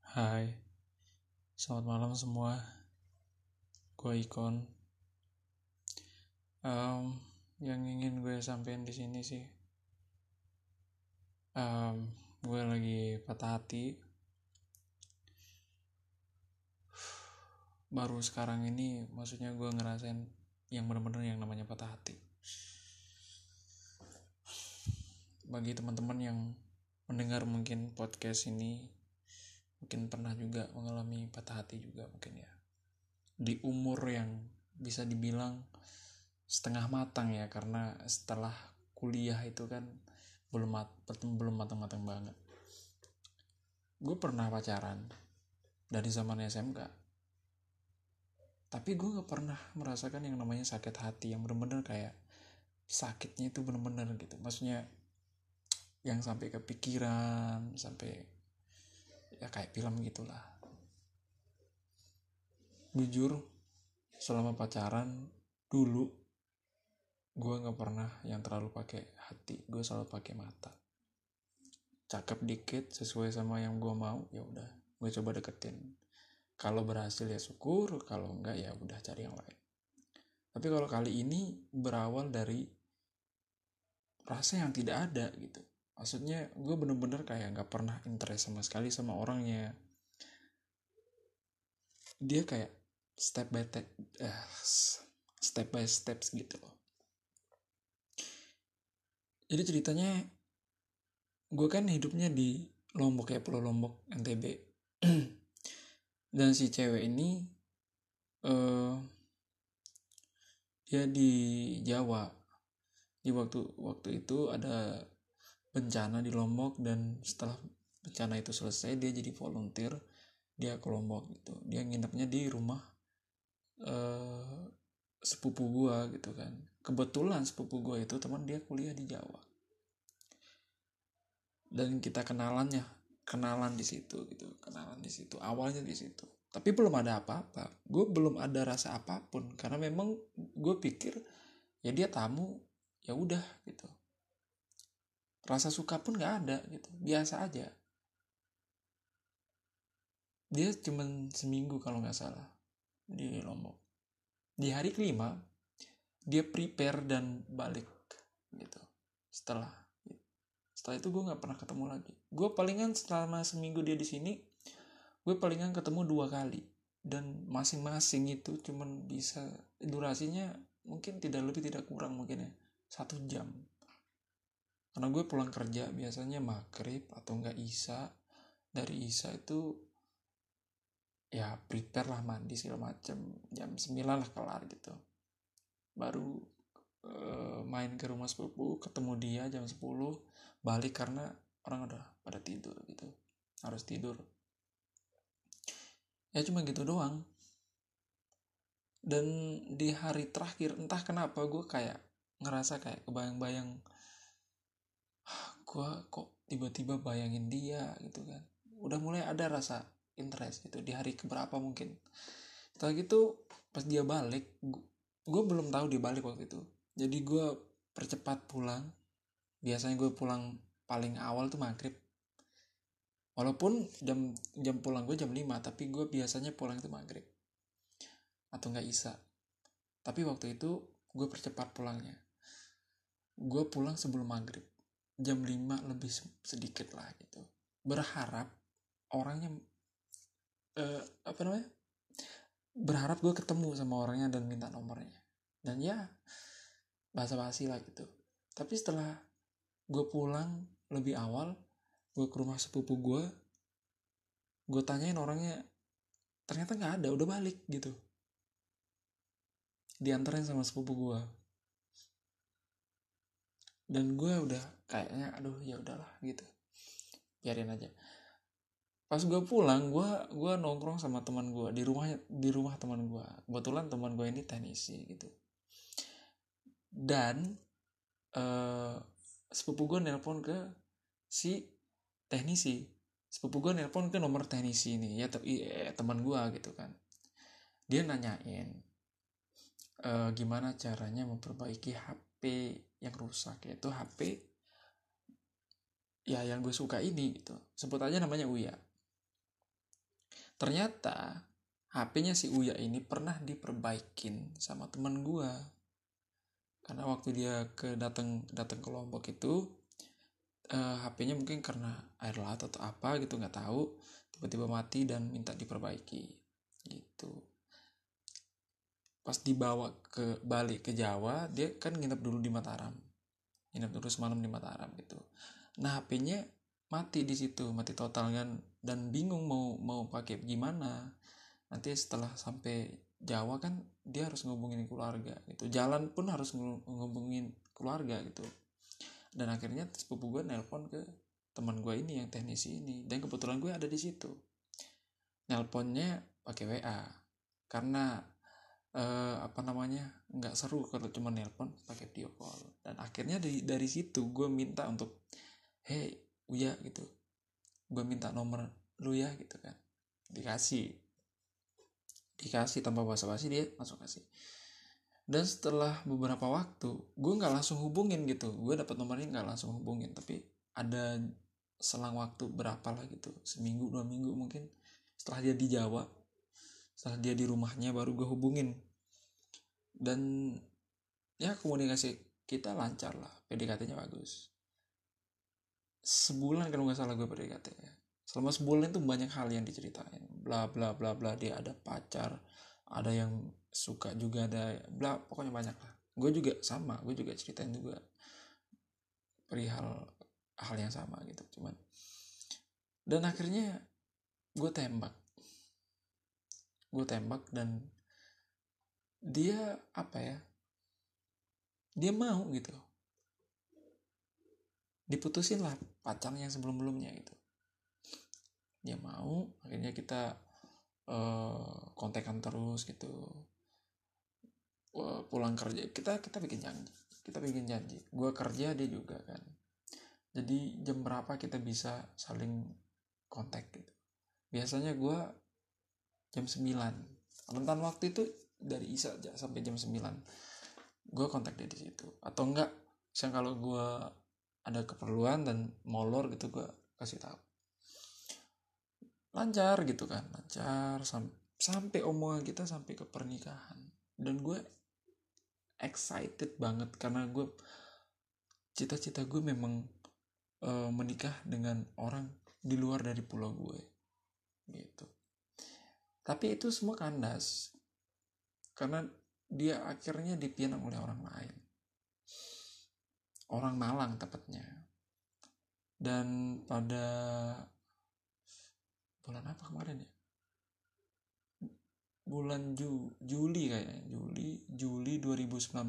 Hai, selamat malam semua. Gue Ikon. Yang ingin gue sampaikan di sini sih, gue lagi patah hati. Baru sekarang ini, maksudnya gue ngerasain yang bener-bener yang namanya patah hati. Bagi teman-teman yang mendengar mungkin podcast ini, mungkin pernah juga mengalami patah hati juga mungkin ya. Di umur yang bisa dibilang setengah matang ya, karena setelah kuliah itu kan belum matang-matang banget. Gue pernah pacaran dari zaman SMK, tapi gue gak pernah merasakan yang namanya sakit hati yang bener-bener kayak sakitnya itu bener-bener gitu. Maksudnya yang sampai kepikiran, sampai ya kayak film gitulah. Jujur, selama pacaran dulu gue gak pernah yang terlalu pakai hati, gue selalu pakai mata. Cakep dikit sesuai sama yang gue mau, ya udah gue coba deketin. Kalau berhasil ya syukur, kalau enggak ya udah cari yang lain. Tapi kalau kali ini berawal dari rasa yang tidak ada gitu. Maksudnya gue bener-bener kayak gak pernah interest sama sekali sama orangnya. Dia kayak step by steps gitu loh. Jadi ceritanya gue kan hidupnya di Lombok ya, Pulau Lombok, NTB. Dan si cewek ini dia di Jawa. Di waktu itu ada bencana di Lombok, dan setelah bencana itu selesai dia jadi volunteer, dia ke Lombok gitu. Dia nginepnya di rumah sepupu gua gitu kan. Kebetulan sepupu gua itu teman dia kuliah di Jawa. Dan kita kenalan di situ gitu. Awalnya di situ. Tapi belum ada apa-apa. Gue belum ada rasa apapun karena memang gue pikir ya dia tamu, ya udah gitu. Rasa suka pun nggak ada gitu, biasa aja. Dia cuman seminggu kalau nggak salah di Lombok. Di hari kelima dia prepare dan balik gitu. Setelah itu gue nggak pernah ketemu lagi. Gue palingan selama seminggu dia di sini, gue palingan ketemu 2 kali, dan masing-masing itu cuman bisa durasinya mungkin tidak lebih tidak kurang mungkin ya 1 jam. Karena gue pulang kerja biasanya maghrib atau enggak isya. Dari isya itu ya prepare lah, mandi segala macem, jam 9 lah kelar gitu. Baru main ke rumah sepupu, ketemu dia jam 10, balik karena orang udah pada tidur gitu, harus tidur. Ya cuma gitu doang. Dan di hari terakhir entah kenapa gue kayak ngerasa kayak kebayang-bayang, gue kok tiba-tiba bayangin dia gitu kan. Udah mulai ada rasa interest gitu di hari keberapa mungkin. Setelah gitu pas dia balik, gue belum tahu dia balik waktu itu. Jadi gue percepat pulang. Biasanya gue pulang paling awal tuh maghrib. Walaupun jam pulang gue jam 5, tapi gue biasanya pulang itu maghrib atau enggak isya. Tapi waktu itu gue percepat pulangnya. Gue pulang sebelum maghrib, jam 5 lebih sedikit lah gitu. Berharap orangnya berharap gue ketemu sama orangnya dan minta nomornya. Dan ya basa-basi lah gitu. Tapi setelah gue pulang lebih awal, gue ke rumah sepupu gue tanyain orangnya, ternyata nggak ada, udah balik gitu. Diantarin sama sepupu gue. Dan gue udah kayaknya aduh ya udahlah gitu, biarin aja. Pas gue pulang, gue nongkrong sama teman gue di rumah teman gue. Kebetulan teman gue ini teknisi gitu. Dan sepupu gue nelpon ke si teknisi. Sepupu gue nelpon ke nomor teknisi ini ya, teman gue gitu kan. Dia nanyain gimana caranya memperbaiki HP yang rusak, yaitu HP ya yang gue suka ini gitu. Sebut aja namanya Uya. Ternyata HP-nya si Uya ini pernah diperbaikin sama teman gue. Karena waktu dia datang ke Lombok itu, HP-nya mungkin karena air laut atau apa gitu, nggak tahu, tiba-tiba mati dan minta diperbaiki gitu. Pas dibawa balik ke Jawa, dia kan nginep dulu semalam di Mataram gitu. Nah, HP-nya mati di situ, mati total kan, dan bingung mau pakai gimana. Nanti setelah sampai Jawa kan dia harus ngubungin keluarga gitu, jalan pun harus ngubungin keluarga gitu. Dan akhirnya sepupu gue nelpon ke teman gue ini yang teknisi ini, dan kebetulan gue ada di situ. Nelponnya pakai WA karena nggak seru kalau cuma nelpon, pakai video call. Dan akhirnya dari situ gue minta untuk, hey Uya gitu, gue minta nomor lu ya gitu kan. Dikasih tanpa basa-basi, dia langsung kasih. Dan setelah beberapa waktu gue nggak langsung hubungin gitu, gue dapat nomornya nggak langsung hubungin, tapi ada selang waktu berapa lah gitu, seminggu 2 minggu mungkin, setelah dia di Jawa, setelah dia di rumahnya, baru gue hubungin. Dan ya komunikasi kita lancar lah, PDKT-nya bagus. Sebulan kalau nggak salah gue PDKT ya. Selama sebulan itu banyak hal yang diceritain, bla bla bla bla, dia ada pacar, ada yang suka juga, ada bla, pokoknya banyak lah. Gue juga sama, gue juga ceritain juga perihal hal yang sama gitu. Cuman, dan akhirnya gue tembak dan dia dia mau gitu, diputusin lah pacarnya yang sebelum-belumnya gitu. Dia mau, akhirnya kita kontekan terus gitu. Pulang kerja kita bikin janji, gue kerja, dia juga kan, jadi jam berapa kita bisa saling kontak gitu. Biasanya gue jam 9, rentan waktu itu dari Isya sampai jam 9 gue kontak dia di situ. Atau enggak, misalnya kalau gue ada keperluan dan molor gitu, gue kasih tahu. Lancar gitu kan, sampai omongan kita sampai ke pernikahan. Dan gue excited banget karena cita-cita gue memang menikah dengan orang di luar dari pulau gue gitu. Tapi itu semua kandas karena dia akhirnya dipinang oleh orang lain, orang Malang tepatnya. Dan pada bulan apa kemarin ya, bulan Juli kayaknya, Juli 2019,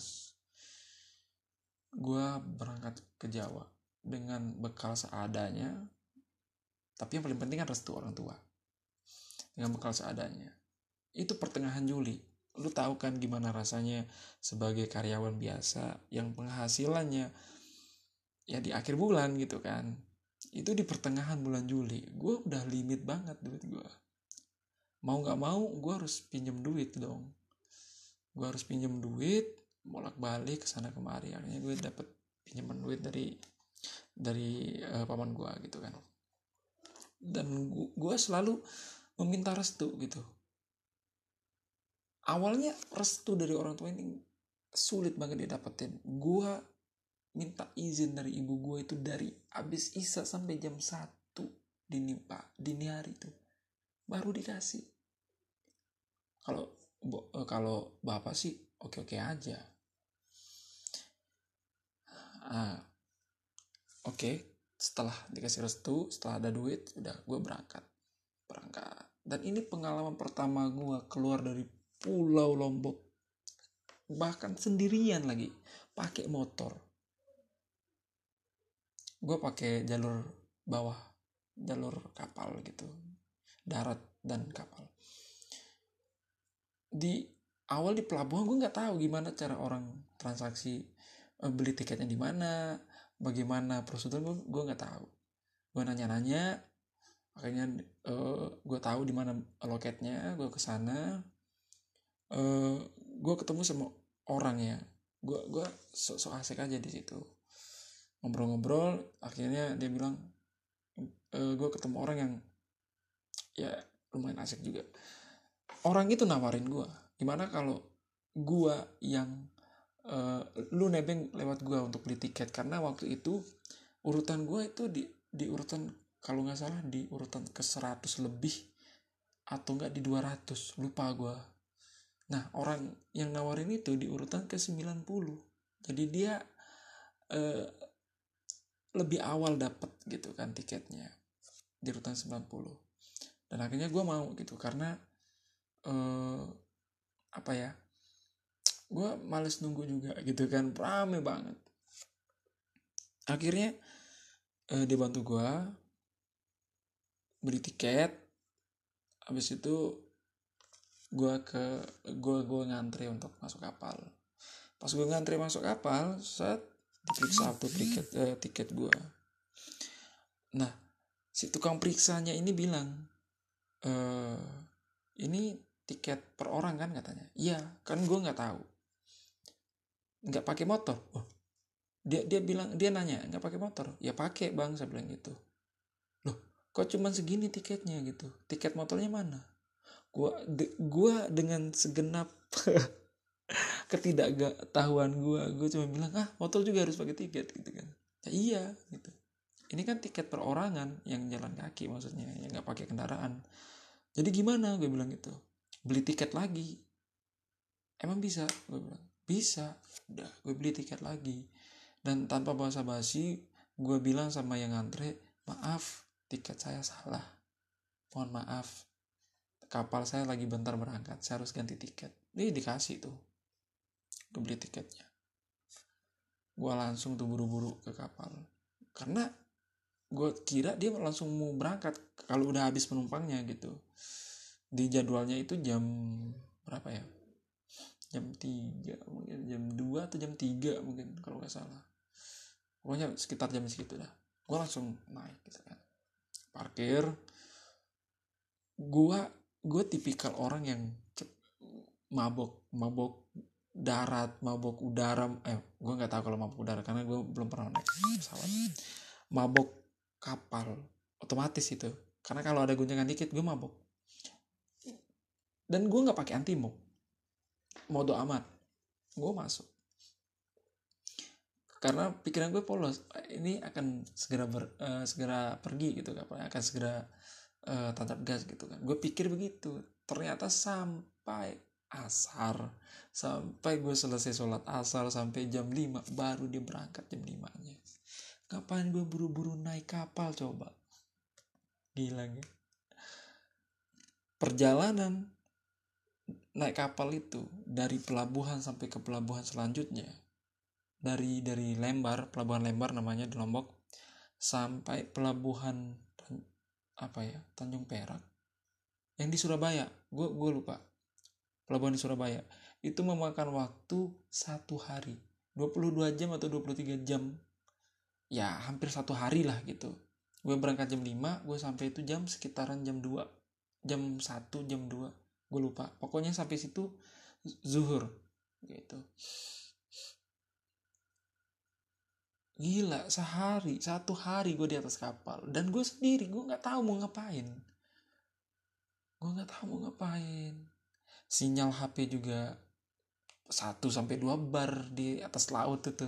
gue berangkat ke Jawa dengan bekal seadanya. Tapi yang paling penting kan restu orang tua. Dengan bekal seadanya. Itu pertengahan Juli. Lu tahu kan gimana rasanya sebagai karyawan biasa yang penghasilannya ya di akhir bulan gitu kan. Itu di pertengahan bulan Juli. Gue udah limit banget duit gue. Mau gak mau gue harus pinjem duit dong. Gue harus pinjem duit, bolak-balik kesana kemari. Akhirnya gue dapet pinjaman duit dari paman gue gitu kan. Dan gue selalu meminta restu gitu. Awalnya restu dari orang tua ini sulit banget didapetin. Gue minta izin dari ibu gue itu dari abis Isya sampai jam 1 dini hari itu baru dikasih. Kalau bapak sih oke aja. Setelah dikasih restu, setelah ada duit, udah gue berangkat. Dan ini pengalaman pertama gue keluar dari Pulau Lombok, bahkan sendirian lagi, pakai motor. Gue pakai jalur bawah, jalur kapal gitu, darat dan kapal. Di awal di pelabuhan gue nggak tahu gimana cara orang transaksi, beli tiketnya di mana, bagaimana prosedur, gue nggak tahu. Gue nanya, akhirnya gue tahu di mana loketnya. Gue kesana, gue ketemu sama orang ya. Gue so asik aja di situ, ngobrol-ngobrol. Akhirnya dia bilang, gue ketemu orang yang ya lumayan asik juga. Orang itu nawarin gue, gimana kalau gue yang lu nebeng lewat gue untuk beli tiket, karena waktu itu urutan gue itu di urutan, kalau nggak salah di urutan ke 100 lebih atau enggak di 200, lupa gue. Nah, orang yang nawarin itu di urutan ke 90. Jadi dia lebih awal dapat gitu kan tiketnya di urutan 90. Dan akhirnya gue mau gitu karena apa ya? Gue males nunggu juga gitu kan, rame banget. Akhirnya dia bantu gue beli tiket. Habis itu gue ngantri untuk masuk kapal. Pas gue ngantri masuk kapal, set diperiksa waktu tiket gue. Nah, si tukang periksanya ini bilang, ini tiket per orang kan katanya. Iya, kan gue nggak tahu. Nggak pakai motor. Oh, dia bilang, dia nanya nggak pakai motor. Ya pakai bang, saya bilang gitu. Loh, kok cuman segini tiketnya gitu? Tiket motornya mana? Gua dengan segenap ketidaktahuan gue cuma bilang, motor juga harus pakai tiket gitu kan. Ya iya gitu. Ini kan tiket perorangan yang jalan kaki maksudnya, yang nggak pakai kendaraan. Jadi gimana, gue bilang gitu. Beli tiket lagi. Emang bisa? Gue bilang bisa. Udah, gue beli tiket lagi. Dan tanpa basa-basi gue bilang sama yang ngantre, maaf, tiket saya salah, mohon maaf, kapal saya lagi bentar berangkat, saya harus ganti tiket. Ini dikasih tuh, gue beli tiketnya. Gue langsung tuh buru-buru ke kapal, karena gue kira dia langsung mau berangkat kalau udah habis penumpangnya gitu. Di jadwalnya itu jam berapa ya, jam 3 mungkin, jam 2 atau jam 3 mungkin kalau nggak salah. Pokoknya sekitar jam segitu dah. Gue langsung naik gitu kan, parkir. Gue tipikal orang yang mabok darat, mabok udara. Gue nggak tahu kalau mabok udara karena gue belum pernah naik pesawat. Mabok kapal otomatis itu, karena kalau ada guncangan dikit gue mabok. Dan gue nggak pakai antimob, modo amat, gue masuk. Karena pikiran gue polos, ini akan segera pergi gitu, akan segera tancap gas gitu kan. Gue pikir begitu. Ternyata sampai asar, sampai gue selesai sholat asar, sampai jam 5 baru dia berangkat jam 5-nya. Kapan gue buru-buru naik kapal coba? Gila gitu. Perjalanan naik kapal itu dari pelabuhan sampai ke pelabuhan selanjutnya, dari Lembar, pelabuhan Lembar namanya di Lombok, sampai pelabuhan Tanjung Perak yang di Surabaya, gue lupa, pelabuhan di Surabaya itu memakan waktu 1 hari, 22 jam atau 23 jam, ya hampir 1 hari lah gitu. Gue berangkat jam 5, gue sampai itu jam sekitaran jam 2, jam 1, jam 2, gue lupa, pokoknya sampai situ zuhur gitu. Gila, 1 hari gue di atas kapal, dan gue sendiri, gue nggak tahu mau ngapain. Sinyal HP juga 1-2 bar di atas laut itu.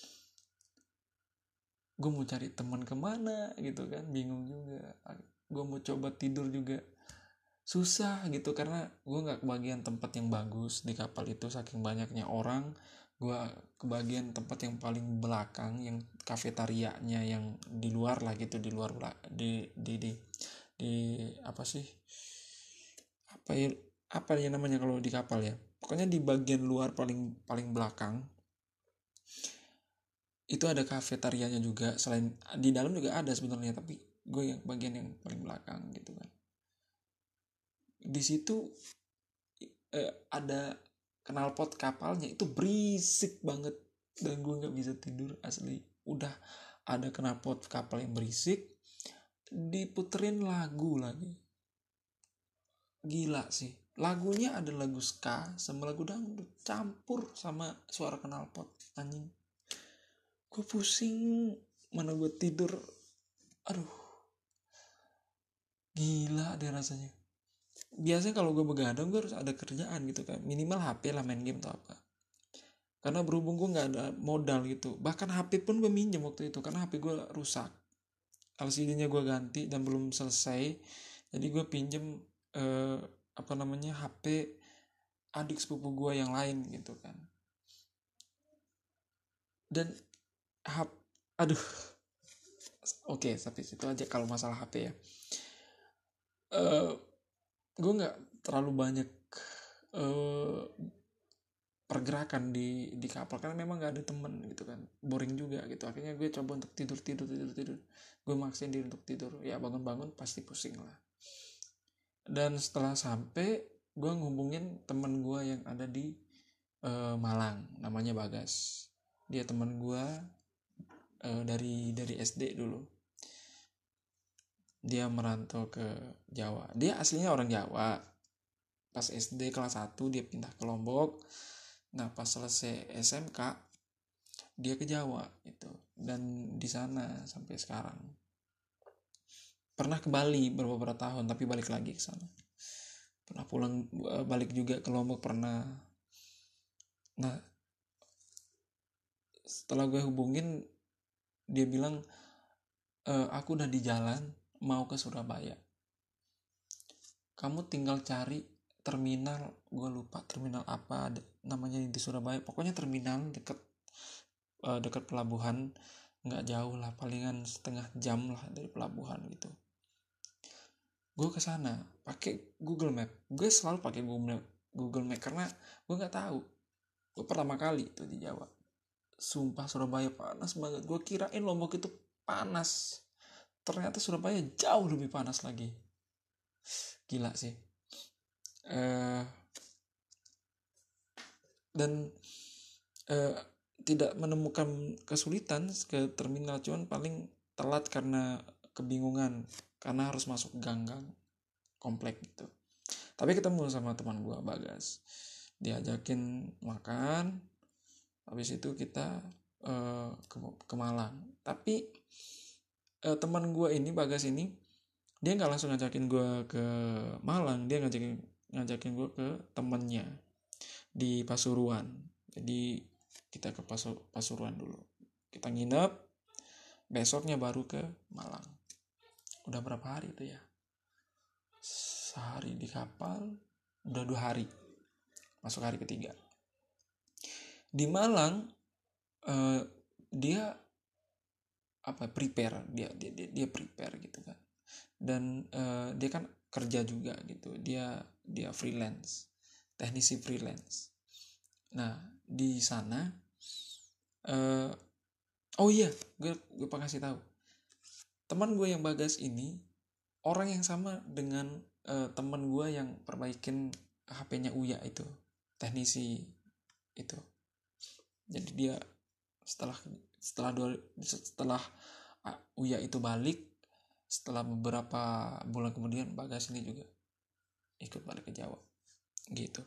Gue mau cari teman kemana gitu kan, bingung juga. Gue mau coba tidur juga susah gitu, karena gue nggak kebagian tempat yang bagus di kapal itu, saking banyaknya orang. Gue kebagian tempat yang paling belakang, yang kafetarianya yang di luar lah gitu, di luar di apa sih, apa ya namanya kalau di kapal ya, pokoknya di bagian luar paling belakang itu ada kafetarianya juga. Selain di dalam juga ada sebenarnya, tapi gue yang bagian yang paling belakang gitu kan. Di situ ada knalpot kapalnya itu berisik banget, dan gue nggak bisa tidur asli. Udah ada knalpot kapal yang berisik, diputerin lagu lagi. Gila sih, lagunya ada lagu ska sama lagu dangdut campur sama suara knalpot, anjing. Gue pusing, mana gue tidur, aduh, gila deh rasanya. biasanya kalau gue begadang gue harus ada kerjaan gitu kan, minimal HP lah, main game atau apa. Karena berhubung gue nggak ada modal gitu, bahkan HP pun gue minjem waktu itu karena HP gue rusak, LCD-nya gue ganti dan belum selesai, jadi gue pinjem HP adik sepupu gue yang lain gitu kan. Dan aduh, oke, tapi itu aja kalau masalah HP ya. Gue nggak terlalu banyak pergerakan di kapal karena memang nggak ada temen gitu kan, boring juga gitu. Akhirnya gue coba untuk tidur, gue maksain diri untuk tidur, ya bangun pasti pusing lah. Dan setelah sampai, gue ngehubungin temen gue yang ada di Malang, namanya Bagas. Dia temen gue dari SD dulu. Dia merantau ke Jawa, dia aslinya orang Jawa. Pas SD kelas 1 dia pindah ke Lombok. Nah pas selesai SMK dia ke Jawa itu, dan di sana sampai sekarang. Pernah ke Bali beberapa tahun tapi balik lagi ke sana. Pernah pulang balik juga ke Lombok pernah. Nah setelah gue hubungin, dia bilang aku udah di jalan mau ke Surabaya, kamu tinggal cari terminal, gue lupa terminal apa namanya di Surabaya, pokoknya terminal dekat pelabuhan, nggak jauh lah, palingan setengah jam lah dari pelabuhan gitu. Gue kesana pakai Google Map, gue selalu pakai Google Map karena gue nggak tahu, gue pertama kali itu di Jawa. Sumpah Surabaya panas banget, gue kirain Lombok itu panas, ternyata Surabaya jauh lebih panas lagi, gila sih. Dan tidak menemukan kesulitan ke terminal, cuman paling telat karena kebingungan karena harus masuk gang-gang komplek gitu. Tapi ketemu sama teman gue Bagas, diajakin makan, habis itu kita ke Malang. Tapi teman gue ini Bagas ini, dia nggak langsung ngajakin gue ke Malang, dia ngajakin gue ke temennya di Pasuruan. Jadi kita ke Pasuruan dulu, kita nginep, besoknya baru ke Malang. Udah berapa hari itu ya, sehari di kapal, udah 2 hari, masuk hari ketiga. Di Malang dia prepare, dia prepare gitu kan. Dan dia kan kerja juga gitu, dia freelance, teknisi freelance. Nah di sana oh iya, gue kasih tahu, teman gue yang Bagas ini orang yang sama dengan teman gue yang perbaikin HP-nya Uya itu, teknisi itu. Jadi dia setelah Uya itu balik, setelah beberapa bulan kemudian Bagas ini juga ikut balik ke Jawa gitu.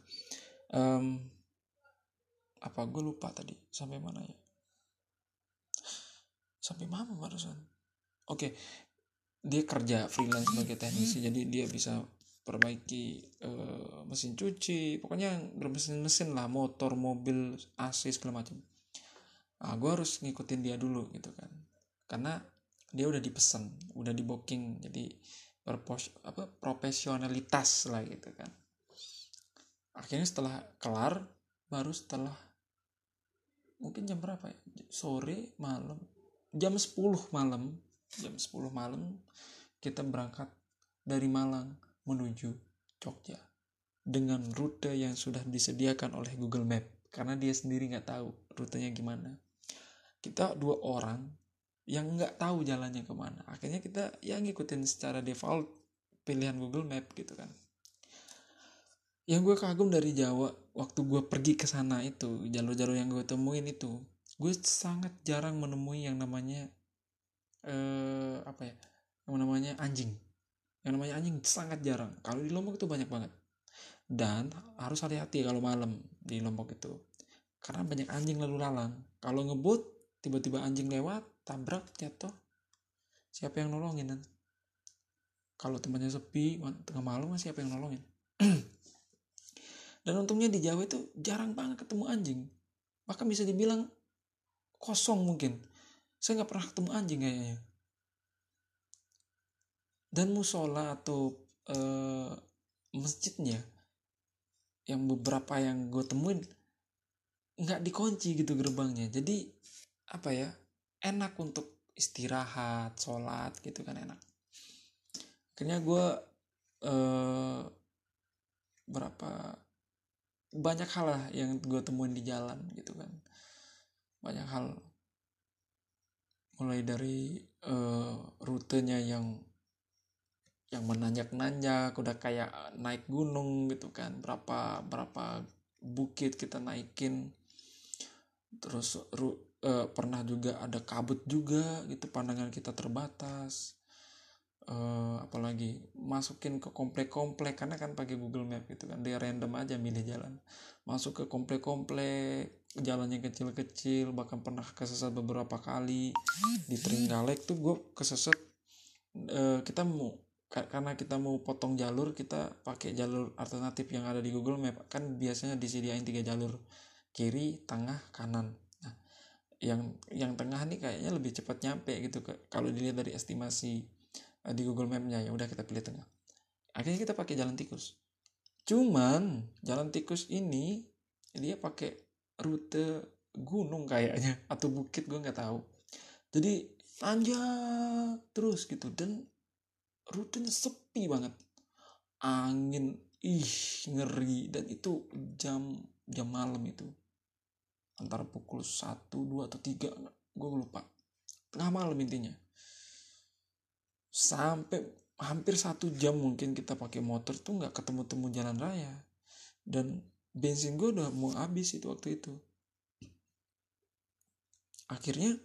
Apa gue lupa tadi sampai mana ya, sampai mana barusan. Oke, dia kerja freelance sebagai teknisi, jadi dia bisa perbaiki mesin cuci, pokoknya yang bermesin-mesin lah, motor, mobil, AC segala macam. Gue harus ngikutin dia dulu gitu kan, karena dia udah dipesan, udah di booking, jadi profesionalitas lah gitu kan. Akhirnya setelah kelar, baru setelah mungkin jam berapa ya, sore malam, jam 10 malam kita berangkat dari Malang menuju Jogja dengan rute yang sudah disediakan oleh Google Map, karena dia sendiri nggak tahu rutenya gimana. Kita 2 orang yang nggak tahu jalannya kemana, akhirnya kita ya ngikutin secara default pilihan Google Map gitu kan. Yang gue kagum dari Jawa waktu gue pergi ke sana itu, jalur-jalur yang gue temuin itu, gue sangat jarang menemui yang namanya yang namanya anjing. Yang namanya anjing sangat jarang. Kalau di Lombok itu banyak banget. Dan harus hati-hati kalau malam di Lombok itu, karena banyak anjing lalu lalang. Kalau ngebut tiba-tiba anjing lewat, tabrak, jatuh, siapa yang nolongin kan? Kalau tempatnya sepi tengah malam, siapa yang nolongin? Dan untungnya di Jawa itu jarang banget ketemu anjing, bahkan bisa dibilang kosong mungkin. Saya nggak pernah ketemu anjing kayaknya. Dan musola atau masjidnya yang beberapa yang gue temuin nggak dikunci gitu gerbangnya, jadi apa ya, enak untuk istirahat, sholat gitu kan, enak. Akhirnya gue berapa banyak hal lah yang gue temuin di jalan gitu kan, banyak hal, mulai dari rutenya yang menanjak-nanjak, udah kayak naik gunung gitu kan, berapa bukit kita naikin. Terus pernah juga ada kabut juga gitu, pandangan kita terbatas. Apalagi masukin ke komplek-komplek, karena kan pakai Google Map gitu kan, dia random aja milih jalan, masuk ke komplek-komplek, jalannya kecil-kecil, bahkan pernah kesesat beberapa kali. Di Trenggalek tuh gue kesesat, kita mau karena kita mau potong jalur, kita pakai jalur alternatif yang ada di Google Map, kan biasanya disediain 3 jalur, kiri, tengah, kanan. Nah, yang tengah nih kayaknya lebih cepat nyampe gitu, kalau dilihat dari estimasi di Google Map-nya. Ya udah kita pilih tengah. Akhirnya kita pakai jalan tikus. Cuman jalan tikus ini dia pakai rute gunung kayaknya atau bukit, gue nggak tahu. Jadi tanjak terus gitu, dan rutenya sepi banget. Angin ngeri, dan itu jam malam itu. Antara pukul 1, 2 atau 3, gue lupa. Tengah malam intinya. Sampai hampir 1 jam mungkin kita pakai motor tuh nggak ketemu jalan raya. Dan bensin gue udah mau habis itu waktu itu. Akhirnya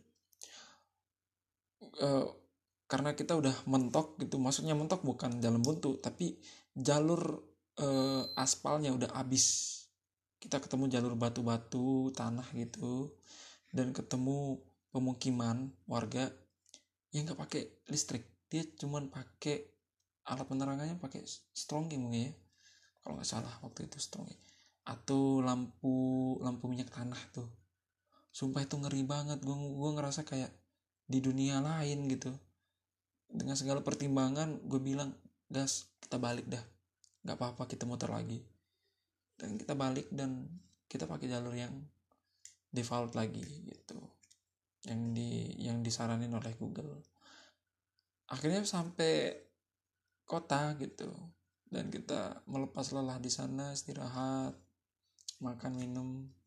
karena kita udah mentok gitu, maksudnya mentok bukan jalan buntu, tapi jalur aspalnya udah habis. Kita ketemu jalur batu-batu, tanah gitu, dan ketemu pemukiman warga yang nggak pakai listrik, dia cuman pakai alat penerangannya pakai stronging mungkin ya, kalau nggak salah waktu itu stronging, atau lampu minyak tanah tuh. Sumpah itu ngeri banget, gue ngerasa kayak di dunia lain gitu. Dengan segala pertimbangan gue bilang, gas, kita balik dah, nggak apa-apa, kita muter lagi. Dan kita balik, dan kita pakai jalur yang default lagi gitu, yang disaranin oleh Google. Akhirnya sampai kota gitu, dan kita melepas lelah di sana, istirahat, makan, minum,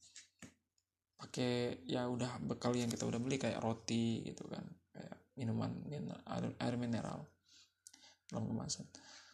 pakai ya udah bekal yang kita udah beli, kayak roti gitu kan, kayak minuman air mineral dalam kemasan.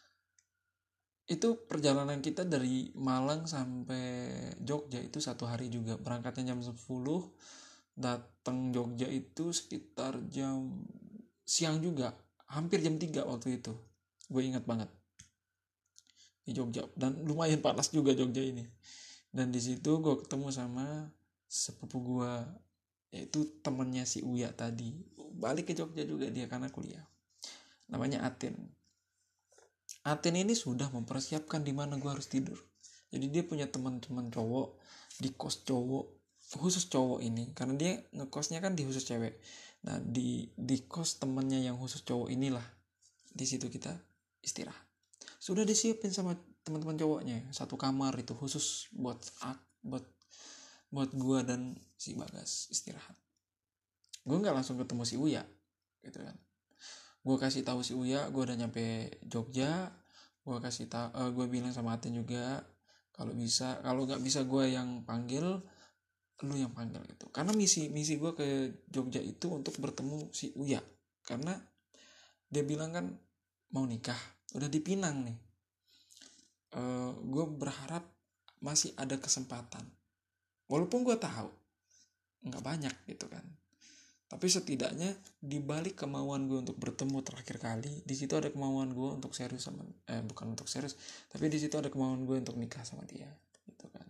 Itu perjalanan kita dari Malang sampai Jogja itu 1 hari juga. Berangkatnya jam 10, datang Jogja itu sekitar jam siang juga, hampir jam 3 waktu itu. Gue ingat banget di Jogja, dan lumayan panas juga Jogja ini. Dan di situ gue ketemu sama sepupu gue, yaitu temennya si Uya tadi, balik ke Jogja juga dia karena kuliah. Namanya Atin ini sudah mempersiapkan di mana gue harus tidur. Jadi dia punya teman-teman cowok di kos cowok, khusus cowok ini, karena dia ngekosnya kan di khusus cewek. Nah di kos temannya yang khusus cowok inilah, di situ kita istirahat. Sudah disiapin sama teman-teman cowoknya satu kamar itu khusus buat gue dan si Bagas istirahat. Gue nggak langsung ketemu si Uya gitu kan. Gue kasih tahu si Uya gue udah nyampe Jogja. Gue bilang sama Atin juga, kalau nggak bisa gue yang panggil, lu yang panggil gitu. Karena misi gue ke Jogja itu untuk bertemu si Uya, karena dia bilang kan mau nikah, udah di Pinang nih. Gue berharap masih ada kesempatan, walaupun gue tahu nggak banyak gitu kan, tapi setidaknya di balik kemauan gue untuk bertemu terakhir kali, di situ ada kemauan gue untuk serius sama bukan untuk serius, tapi di situ ada kemauan gue untuk nikah sama dia gitu kan.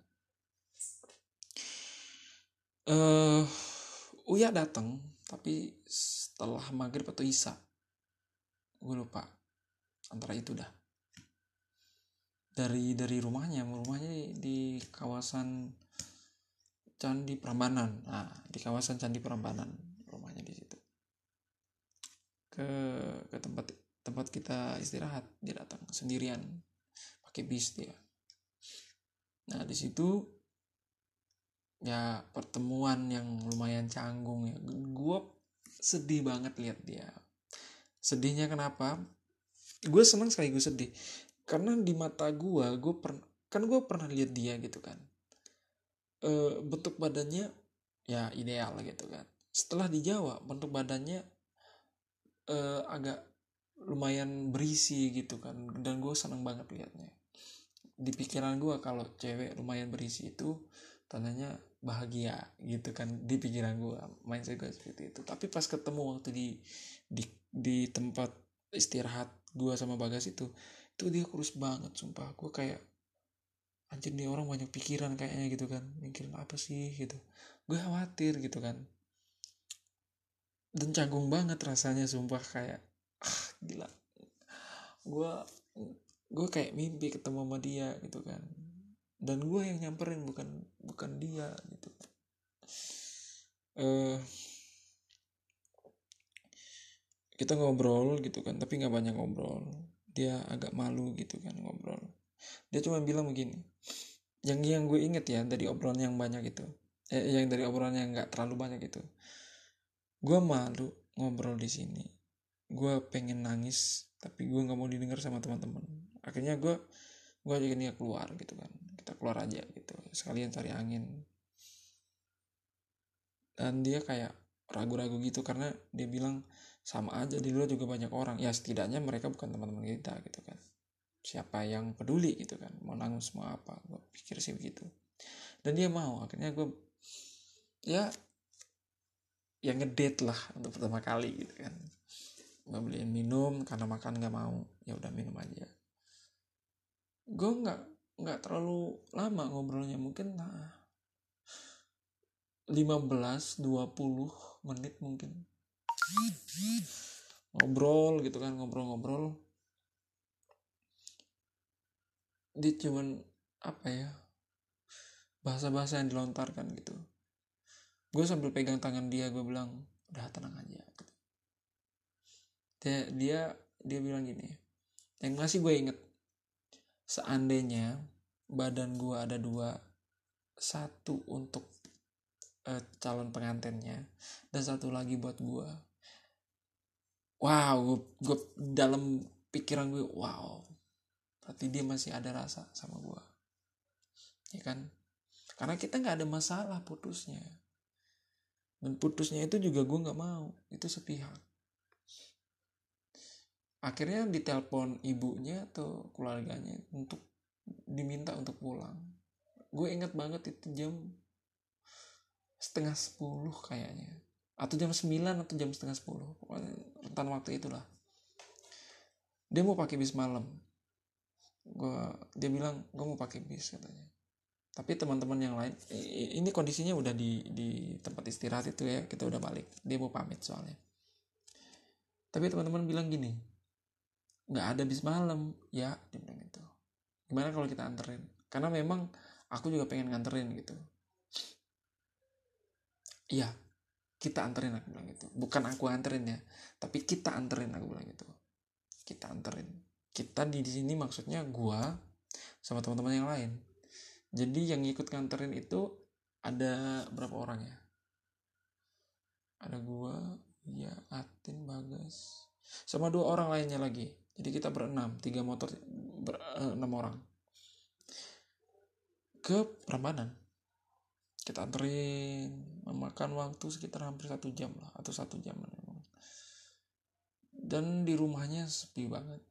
Uya datang tapi setelah maghrib atau isya, gue lupa, antara itu dah. dari rumahnya di kawasan Candi Prambanan. Nah, di kawasan Candi Prambanan rumahnya di situ. Ke tempat kita istirahat, dia datang sendirian pakai bis dia. Nah, di situ ya pertemuan yang lumayan canggung ya. Gue sedih banget lihat dia. Sedihnya kenapa? Gue senang sekaligus sedih. Karena di mata gue pernah lihat dia gitu kan. Bentuk badannya ya ideal gitu kan. Setelah di Jawa bentuk badannya agak lumayan berisi gitu kan. Dan gue senang banget liatnya. Di pikiran gue kalau cewek lumayan berisi itu tandanya bahagia gitu kan, di pikiran gue, mindset gue seperti itu. Tapi pas ketemu waktu di tempat istirahat gue sama Bagas itu dia kurus banget sumpah. Gue kayak anjir, nih orang banyak pikiran kayaknya gitu kan, mikirin apa sih gitu. Gue khawatir gitu kan, dan canggung banget rasanya sumpah, kayak gila. Gue kayak mimpi ketemu sama dia gitu kan, dan gue yang nyamperin bukan dia gitu. Kita ngobrol gitu kan, tapi nggak banyak ngobrol. Dia agak malu gitu kan ngobrol. Dia cuma bilang begini, yang gue inget ya dari obrolan yang banyak itu, yang dari obrolan yang nggak terlalu banyak itu, gue malu ngobrol di sini. Gue pengen nangis, tapi gue nggak mau didengar sama teman-teman. Akhirnya gue ajakin dia keluar gitu kan, kita keluar aja gitu, sekalian cari angin. Dan dia kayak ragu-ragu gitu karena dia bilang sama aja di luar juga banyak orang. Ya setidaknya mereka bukan teman-teman kita gitu kan. Siapa yang peduli gitu kan, mau nangis mau apa, gue pikir sih begitu. Dan dia mau. Akhirnya gue ya ngedate lah untuk pertama kali gitu kan. Gue beliin minum karena makan nggak mau, ya udah minum aja. Gue nggak terlalu lama ngobrolnya, mungkin 15-20 menit mungkin. Ngobrol gitu kan, ngobrol. Dia cuman apa ya, bahasa-bahasa yang dilontarkan gitu. Gue sambil pegang tangan dia, gue bilang udah tenang aja gitu. Dia bilang gini, yang masih gue inget, seandainya badan gue ada dua, satu untuk calon pengantinnya dan satu lagi buat gue. Wow, gue dalam pikiran gue, wow, berarti dia masih ada rasa sama gue, ya kan? Karena kita nggak ada masalah putusnya, dan putusnya itu juga gue nggak mau, itu sepihak. Akhirnya ditelepon ibunya atau keluarganya untuk diminta untuk pulang. Gue ingat banget itu jam 9:30 kayaknya, atau jam 9 atau jam 9:30, pokoknya rentan waktu itulah. Dia mau pakai bis malam. Dia bilang gue mau pakai bis katanya. Tapi teman-teman yang lain, ini kondisinya udah di tempat istirahat itu ya, kita udah balik. Dia mau pamit soalnya. Tapi teman-teman bilang gini, nggak ada bis malam ya, dia bilang gitu. Gimana kalau kita anterin? Karena memang aku juga pengen nganterin gitu. Iya, kita anterin, aku bilang gitu. Bukan aku anterin ya, tapi kita anterin, aku bilang gitu. Kita anterin. Kita di sini maksudnya gua sama teman-teman yang lain. Jadi yang ikut nganterin itu ada berapa orang ya? Ada gua, ya, Atin, Bagas, sama 2 orang lainnya lagi. Jadi kita berenam, 3 motor, 6 orang ke Prambanan. Kita anterin, memakan waktu sekitar hampir 1 jam lah, atau 1 jam memang. Dan di rumahnya sepi banget.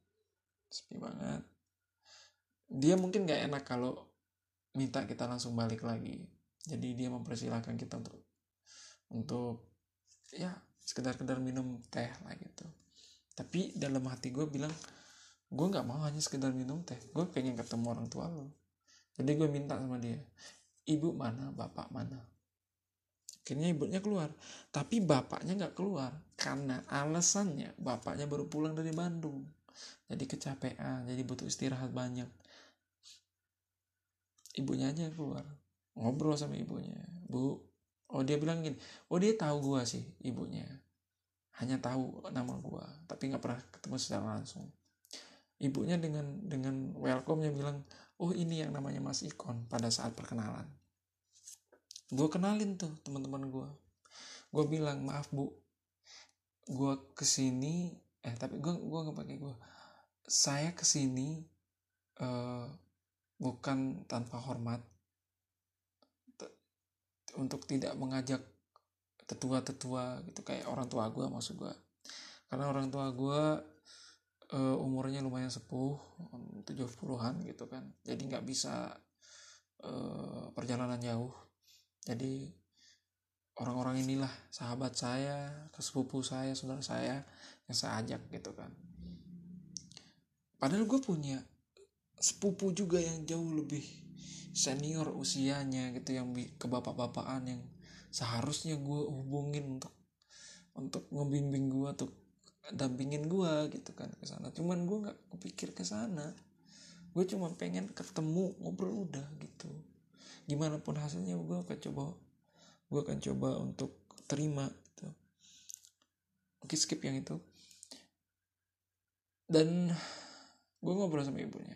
Dia mungkin gak enak kalau minta kita langsung balik lagi. Jadi dia mempersilahkan kita untuk ya sekedar minum teh lah gitu. Tapi dalam hati gue bilang, gue nggak mau hanya sekedar minum teh, gue pengen ketemu orang tua lo. Jadi gue minta sama dia, ibu mana, bapak mana. Akhirnya ibunya keluar, tapi bapaknya nggak keluar karena alasannya bapaknya baru pulang dari Bandung, jadi kecapean, jadi butuh istirahat banyak. ibunya aja keluar, ngobrol sama ibunya. Bu, oh dia bilang gini, oh dia tahu gue sih ibunya, hanya tahu nama gue tapi nggak pernah ketemu secara langsung. Ibunya dengan welcome-nya bilang, oh ini yang namanya Mas Ikon. Pada saat perkenalan gue kenalin tuh teman-teman gue bilang, maaf bu, gue kesini tapi gue nggak pakai gue, saya kesini bukan tanpa hormat, untuk tidak mengajak tetua-tetua gitu, kayak orang tua gue maksud gue, karena orang tua gue umurnya lumayan sepuh, 70-an gitu kan, jadi nggak bisa perjalanan jauh. Jadi orang-orang inilah sahabat saya, sepupu saya, saudara saya yang saya ajak gitu kan. Padahal gue punya sepupu juga yang jauh lebih senior usianya gitu, yang ke bapak-bapakan, yang seharusnya gue hubungin untuk ngebimbing gue, untuk dampingin gue gitu kan ke sana. Cuman gue nggak kepikir ke sana. Gue cuma pengen ketemu, ngobrol udah gitu. Gimana pun hasilnya gue akan coba untuk terima gitu. Oke, skip yang itu. Dan gue ngobrol sama ibunya.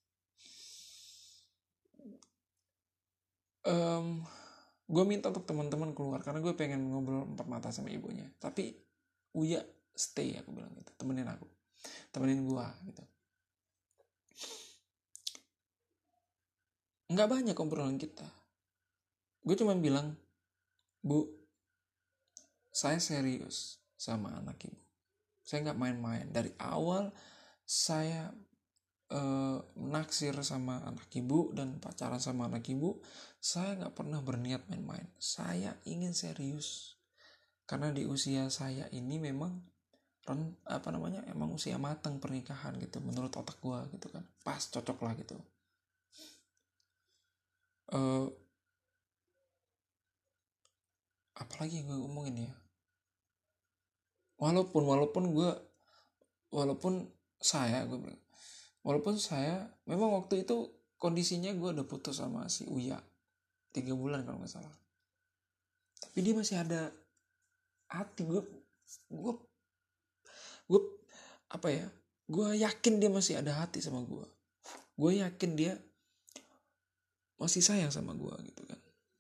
Gue minta untuk teman-teman keluar karena gue pengen ngobrol empat mata sama ibunya. Tapi Uya stay, aku bilang gitu, temenin gue gitu. Nggak banyak obrolan kita. Gue cuma bilang, Bu, saya serius sama anak ibu. Saya nggak main-main. Dari awal saya naksir sama anak ibu dan pacaran sama anak ibu, saya nggak pernah berniat main-main. Saya ingin serius karena di usia saya ini memang emang usia matang pernikahan gitu, menurut otak gue gitu kan, pas cocok lah gitu. Apalagi yang gue ngomongin ya, walaupun saya memang waktu itu kondisinya gue udah putus sama si Uya 3 bulan kalau nggak salah, tapi dia masih ada hati. Gue yakin dia masih ada hati sama gue yakin dia masih sayang sama gue gitu kan.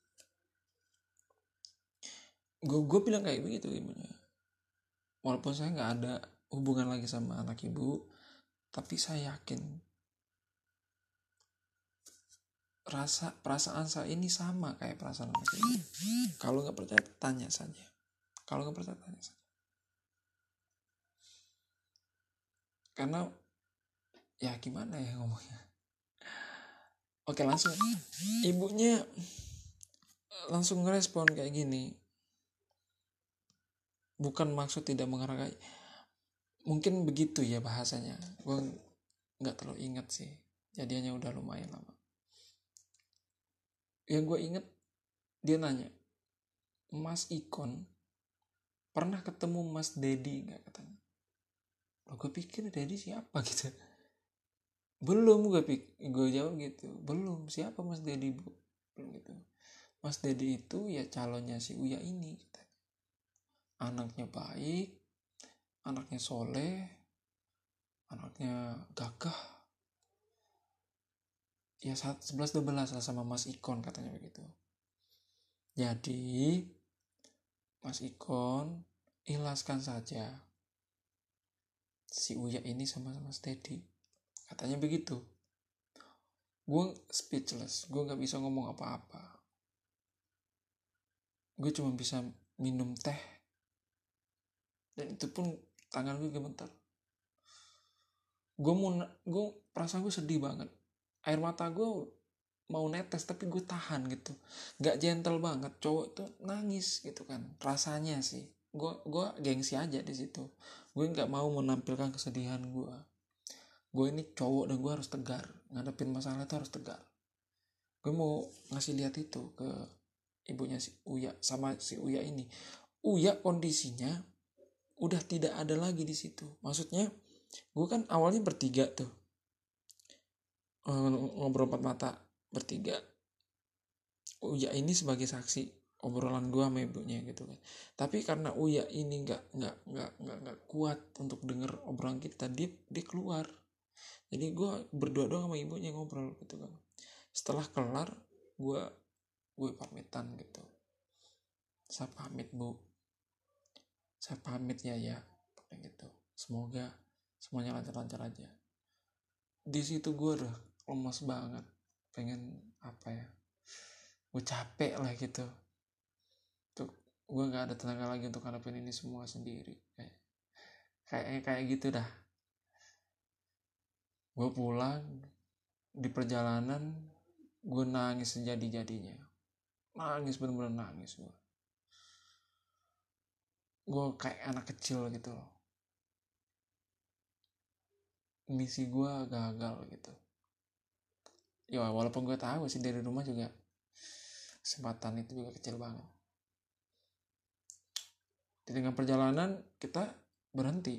Gue bilang kayak begitu ibunya, walaupun saya nggak ada hubungan lagi sama anak ibu, tapi saya yakin perasaan saya ini sama kayak perasaan anak ibu. Kalau nggak percaya tanya saja. Karena ya gimana ya ngomongnya. Oke, langsung ibunya langsung ngerespon kayak gini, bukan maksud tidak menghargai, mungkin begitu ya bahasanya, gue nggak terlalu ingat sih, jadinya udah lumayan lama. Yang gue inget, dia nanya, Mas Ikon pernah ketemu Mas Dedi nggak, katanya. Gue pikir Dedi siapa gitu. Belum, gue jawab gitu, belum. Siapa Mas Dedi, Bu? Belum gitu. Mas Dedi itu ya calonnya si Uya ini, katanya. Anaknya baik, anaknya soleh, anaknya gagah, ya 11-12 lah sama Mas Ikon, katanya begitu. Jadi Mas Ikon ikhlaskan saja si Uya ini sama Mas Dedi, katanya begitu. Gue speechless, gue gak bisa ngomong apa-apa. Gue cuma bisa minum teh, dan itu pun tangan gue gemetar. Gue perasaan gue sedih banget, air mata gue mau netes tapi gue tahan gitu, gak gentle banget. Cowok tuh nangis gitu kan, rasanya sih gue gengsi aja di situ. Gue nggak mau menampilkan kesedihan gue ini cowok dan gue harus tegar ngadepin masalah itu, harus tegar. Gue mau ngasih lihat itu ke ibunya si Uya sama si Uya ini. Uya kondisinya udah tidak ada lagi di situ. Maksudnya gue kan awalnya bertiga tuh, ngobrol empat mata bertiga. Uya ini sebagai saksi obrolan gue sama ibunya gitu kan. Tapi karena Uya ini nggak kuat untuk denger obrolan kita, dia keluar. Jadi gue berdua doang sama ibunya ngobrol gitu kan. Setelah kelar, gue pamitan gitu. Saya pamit bu, saya pamit ya gitu. Semoga semuanya lancar-lancar aja. Di situ gue udah lemas banget, pengen apa ya, gue capek lah gitu. Tuh, gue nggak ada tenaga lagi untuk hadapin ini semua sendiri. Kayak gitu dah. Gue pulang, di perjalanan gue nangis sejadi-jadinya. Nangis, bener-bener nangis gue kayak anak kecil gitu loh. Misi gue gagal gitu. Ya walaupun gue tahu sih dari rumah juga kesempatan itu juga kecil banget. Di tengah perjalanan kita berhenti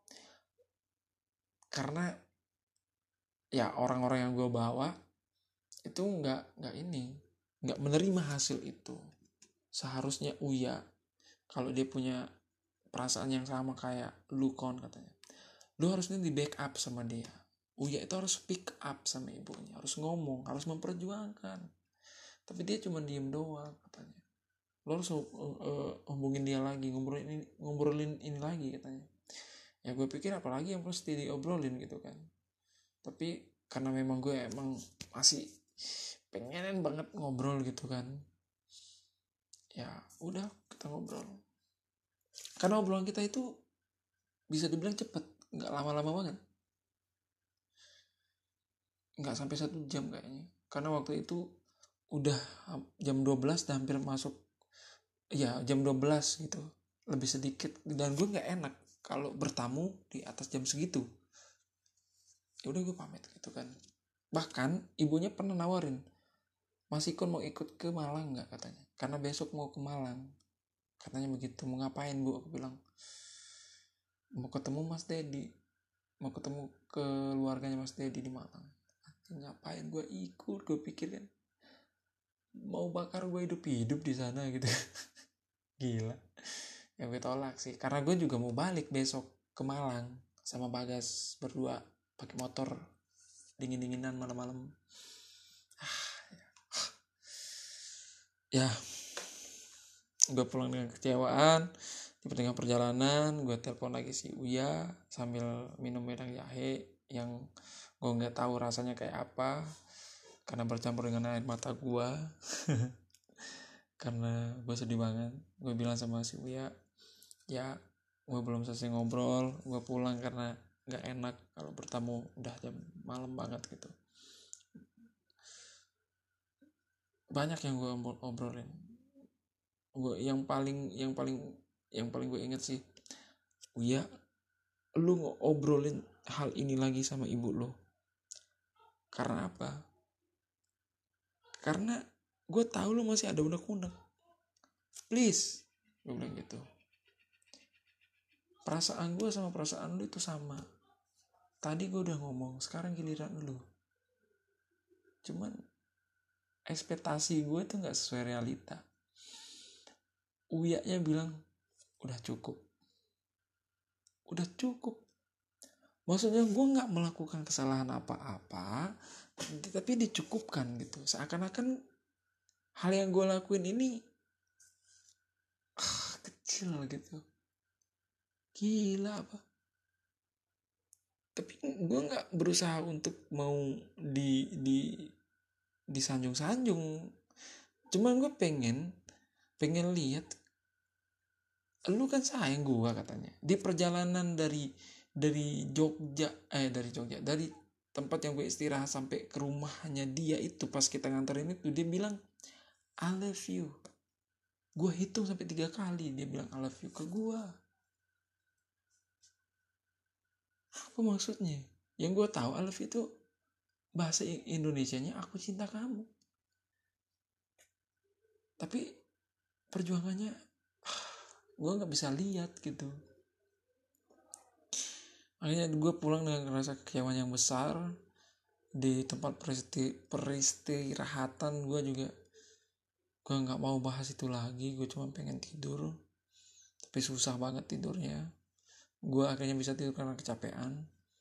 karena ya orang-orang yang gue bawa itu nggak menerima hasil itu. Seharusnya Uya, kalau dia punya perasaan yang sama kayak lu katanya, lu harusnya di backup sama dia. Uya itu harus speak up sama ibunya, harus ngomong, harus memperjuangkan. Tapi dia cuma diem doang katanya. Lo harus hubungin dia lagi, ngobrolin ini lagi katanya. Ya gue pikir apalagi yang mesti diobrolin gitu kan. Tapi karena memang gue masih pengen banget ngobrol gitu kan, ya udah kita ngobrol. Karena obrolan kita itu bisa dibilang cepet, nggak lama-lama banget, nggak sampai 1 jam kayaknya. Karena waktu itu udah jam 12 dan hampir masuk, ya jam 12 gitu, lebih sedikit. Dan gue nggak enak kalau bertamu di atas jam segitu. Ya udah gue pamit gitu kan. Bahkan ibunya pernah nawarin, Mas Ikon mau ikut ke Malang nggak katanya, karena besok mau ke Malang katanya begitu. Mau ngapain bu? Aku bilang mau ketemu Mas Dedi, mau ketemu keluarganya Mas Dedi di Malang. Ngapain gue ikut? Gue pikir kan mau bakar gue hidup di sana gitu. Gila. Ya gue tolak sih, karena gue juga mau balik besok ke Malang sama Bagas berdua pakai motor, dingin-dinginan malam-malam. Ya gue pulang dengan kecewaan. Di pertengahan perjalanan gue telepon lagi si Uya sambil minum wedang jahe yang gue nggak tahu rasanya kayak apa karena bercampur dengan air mata gue. Karena gue sedih banget. Gue bilang sama si Uya, ya gue belum selesai ngobrol, gue pulang karena nggak enak kalau bertamu udah jam malam banget gitu. Banyak yang gue obrolin. Gue yang paling gue inget sih, Uya, lu ngobrolin hal ini lagi sama ibu lo. Karena apa? Karena gue tahu lu masih ada unek-unek. Please, gue bilang gitu. Perasaan gue sama perasaan lu itu sama. Tadi gue udah ngomong, sekarang giliran lu. Cuman ekspektasi gue tuh gak sesuai realita. Uyaknya bilang, udah cukup. Maksudnya gue gak melakukan kesalahan apa-apa, tapi dicukupkan gitu. Seakan-akan hal yang gue lakuin ini kecil gitu. Gila apa? Tapi gue gak berusaha untuk mau disanjung-sanjung. Cuman gue pengen lihat lu kan sayang gue katanya. Di perjalanan dari Jogja dari tempat yang gue istirahat sampai ke rumahnya dia itu, pas kita nganterin itu dia bilang I love you. Gue hitung sampai 3 kali dia bilang I love you ke gue. Apa maksudnya? Yang gue tahu I love you itu bahasa Indonesianya aku cinta kamu. Tapi perjuangannya gue nggak bisa lihat gitu. Akhirnya gue pulang dengan rasa kekecewaan yang besar. Di tempat peristirahatan gue juga Gue nggak mau bahas itu lagi, gue cuma pengen tidur, tapi susah banget tidurnya. Gue akhirnya bisa tidur karena kecapean.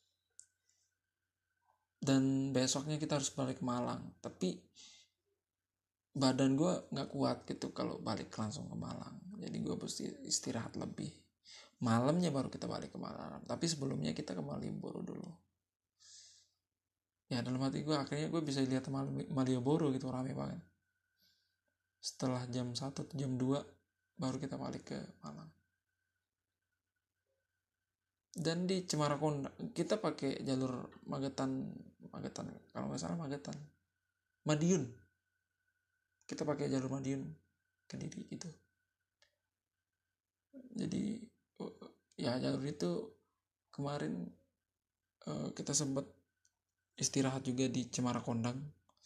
Dan besoknya kita harus balik ke Malang, tapi badan gue nggak kuat gitu kalau balik langsung ke Malang. Jadi gue mesti istirahat lebih. Malamnya baru kita balik ke Malang, tapi sebelumnya kita ke Malioboro dulu. Ya dalam hati gue akhirnya gue bisa lihat Malioboro gitu, rame banget. Setelah jam 1 atau jam 2 baru kita balik ke Malang. Dan di Cemara Kondang kita pakai jalur Magetan kalau nggak salah Madiun, kita pakai jalur Madiun ke Kediri gitu. Jadi ya jalur itu kemarin kita sempat istirahat juga di Cemara Kondang.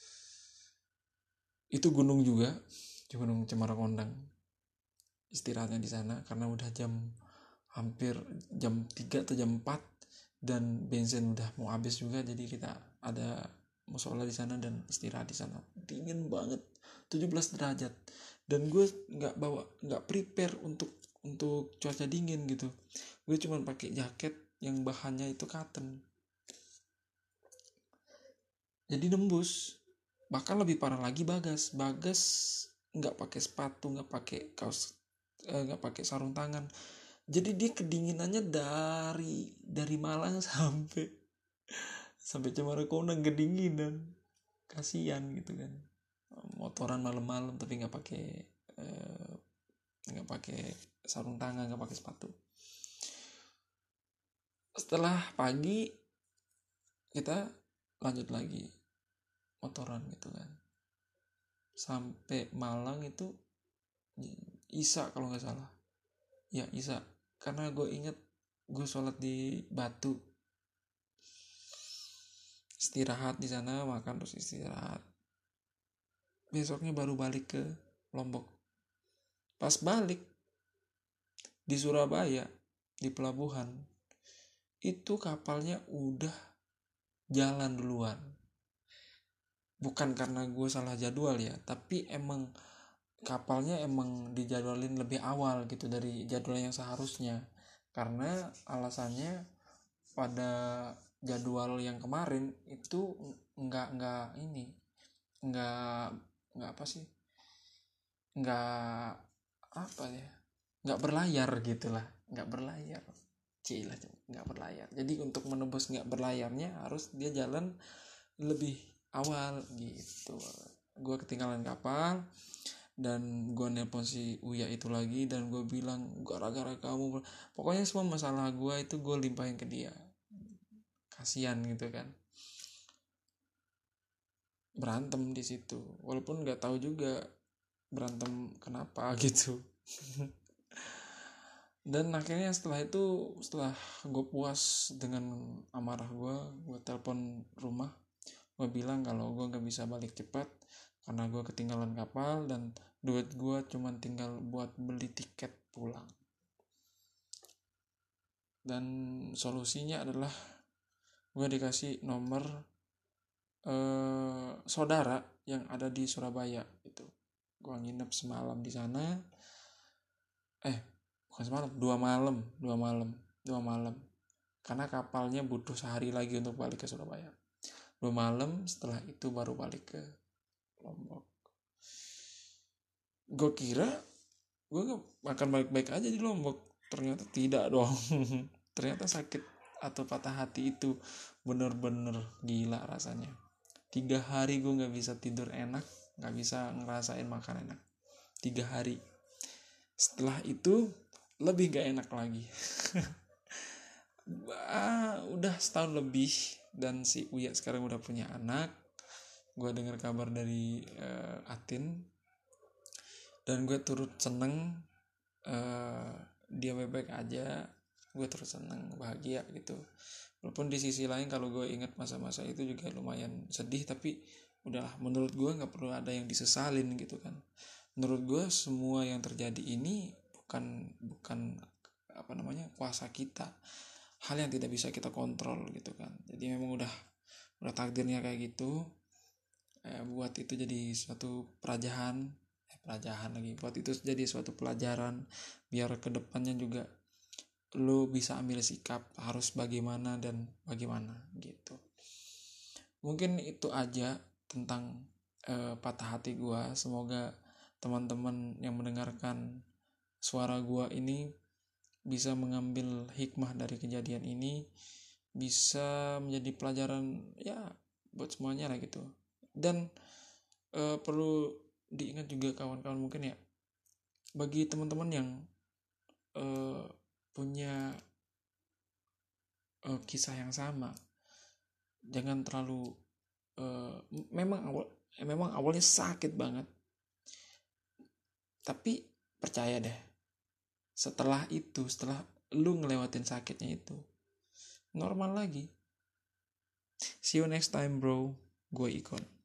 Itu gunung juga, di Gunung Cemara Kondang. Istirahatnya di sana karena udah hampir jam 3 atau jam 4 dan bensin udah mau habis juga, jadi kita ada musola di sana dan istirahat di sana. Dingin banget, 17 derajat, dan gue nggak prepare untuk cuaca dingin gitu. Gue cuma pakai jaket yang bahannya itu cotton, jadi nembus. Bahkan lebih parah lagi Bagas nggak pakai sepatu, nggak pakai kaos, nggak pakai sarung tangan. Jadi dia kedinginannya dari Malang sampai Cemara Kondang kedinginan. Kasihan gitu kan, motoran malam-malam tapi nggak pakai sarung tangan, nggak pakai sepatu. Setelah pagi kita lanjut lagi motoran gitu kan, sampai Malang itu Isa kalau nggak salah, ya Isa, karena gue inget gue sholat di Batu, istirahat di sana, makan terus istirahat. Besoknya baru balik ke Lombok. Pas balik di Surabaya di pelabuhan itu kapalnya udah jalan duluan. Bukan karena gue salah jadwal ya, tapi emang kapalnya emang dijadwalin lebih awal gitu dari jadwal yang seharusnya. Karena alasannya pada jadwal yang kemarin itu nggak apa sih, nggak apa ya, nggak berlayar gitulah, nggak berlayar, nggak berlayar. Jadi untuk menembus nggak berlayarnya harus dia jalan lebih awal gitu. Gue ketinggalan kapal dan gue nelpon si Uya itu lagi, dan gue bilang gara-gara kamu, pokoknya semua masalah gue itu gue limpahin ke dia. Kasian gitu kan, berantem di situ walaupun nggak tahu juga berantem kenapa gitu. Dan akhirnya setelah gue puas dengan amarah gue telepon rumah, gue bilang kalau gue nggak bisa balik cepat karena gue ketinggalan kapal dan duit gue cuma tinggal buat beli tiket pulang. Dan solusinya adalah gue dikasih nomor saudara yang ada di Surabaya itu. Gue nginep semalam di sana, bukan semalam, 2 malam karena kapalnya butuh sehari lagi untuk balik ke Surabaya. 2 malam, setelah itu baru balik ke Lombok. Gue kira gue akan baik-baik aja di Lombok, ternyata tidak dong. Ternyata sakit atau patah hati itu bener-bener gila rasanya. 3 hari gue gak bisa tidur enak, gak bisa ngerasain makan enak. 3 hari. Setelah itu lebih gak enak lagi. Udah setahun lebih dan si Uya sekarang udah punya anak. Gue dengar kabar dari Atin dan gue turut seneng, dia baik-baik aja. Gue turut seneng, bahagia gitu. Walaupun di sisi lain kalau gue ingat masa-masa itu juga lumayan sedih, tapi udahlah, menurut gue nggak perlu ada yang disesalin gitu kan. Menurut gue semua yang terjadi ini bukan kuasa kita, hal yang tidak bisa kita kontrol gitu kan. Jadi memang udah takdirnya kayak gitu. Buat itu jadi suatu perajahan pelajaran lagi, buat itu jadi suatu pelajaran biar kedepannya juga lo bisa ambil sikap harus bagaimana dan bagaimana gitu. Mungkin itu aja tentang patah hati gue. Semoga teman-teman yang mendengarkan suara gue ini bisa mengambil hikmah dari kejadian ini, bisa menjadi pelajaran ya buat semuanya lah gitu. Dan perlu diingat juga kawan-kawan, mungkin ya bagi teman-teman yang punya kisah yang sama, jangan terlalu memang awalnya sakit banget, tapi percaya deh, setelah lu ngelewatin sakitnya itu, normal lagi. See you next time bro. Gue Ikon.